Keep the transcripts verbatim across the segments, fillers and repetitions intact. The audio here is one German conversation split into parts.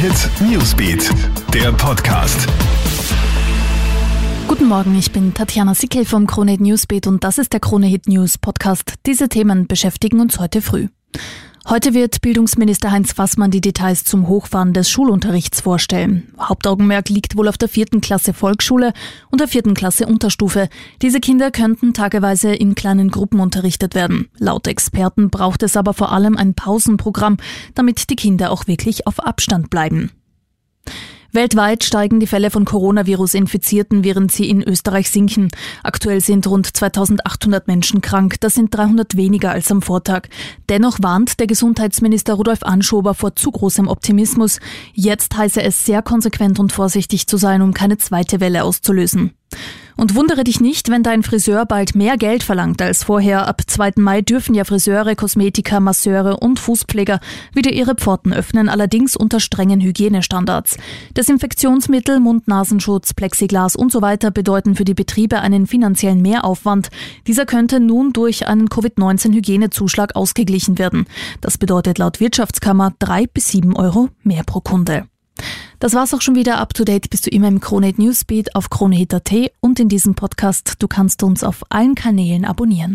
Hit Newsbeat, der Podcast. Guten Morgen, ich bin Tatjana Sickel vom Krone Hit Newsbeat und das ist der Krone Hit News Podcast. Diese Themen beschäftigen uns heute früh. Heute wird Bildungsminister Heinz Fassmann die Details zum Hochfahren des Schulunterrichts vorstellen. Hauptaugenmerk liegt wohl auf der vierten Klasse Volksschule und der vierten Klasse Unterstufe. Diese Kinder könnten tageweise in kleinen Gruppen unterrichtet werden. Laut Experten braucht es aber vor allem ein Pausenprogramm, damit die Kinder auch wirklich auf Abstand bleiben. Weltweit steigen die Fälle von Coronavirus-Infizierten, während sie in Österreich sinken. Aktuell sind rund zweitausendachthundert Menschen krank. Das sind dreihundert weniger als am Vortag. Dennoch warnt der Gesundheitsminister Rudolf Anschober vor zu großem Optimismus. Jetzt heiße es, sehr konsequent und vorsichtig zu sein, um keine zweite Welle auszulösen. Und wundere dich nicht, wenn dein Friseur bald mehr Geld verlangt als vorher. Ab zweiten Mai dürfen ja Friseure, Kosmetiker, Masseure und Fußpfleger wieder ihre Pforten öffnen, allerdings unter strengen Hygienestandards. Desinfektionsmittel, Mund-Nasenschutz, Plexiglas und so weiter bedeuten für die Betriebe einen finanziellen Mehraufwand. Dieser könnte nun durch einen Covid neunzehn Hygienezuschlag ausgeglichen werden. Das bedeutet laut Wirtschaftskammer drei bis sieben Euro mehr pro Kunde. Das war's auch schon wieder. Up to date bist du immer im Krone Hit Newsbeat auf kronehit punkt at und in diesem Podcast. Du kannst uns auf allen Kanälen abonnieren.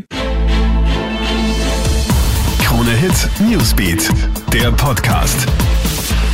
Krone Hit Newsbeat, der Podcast.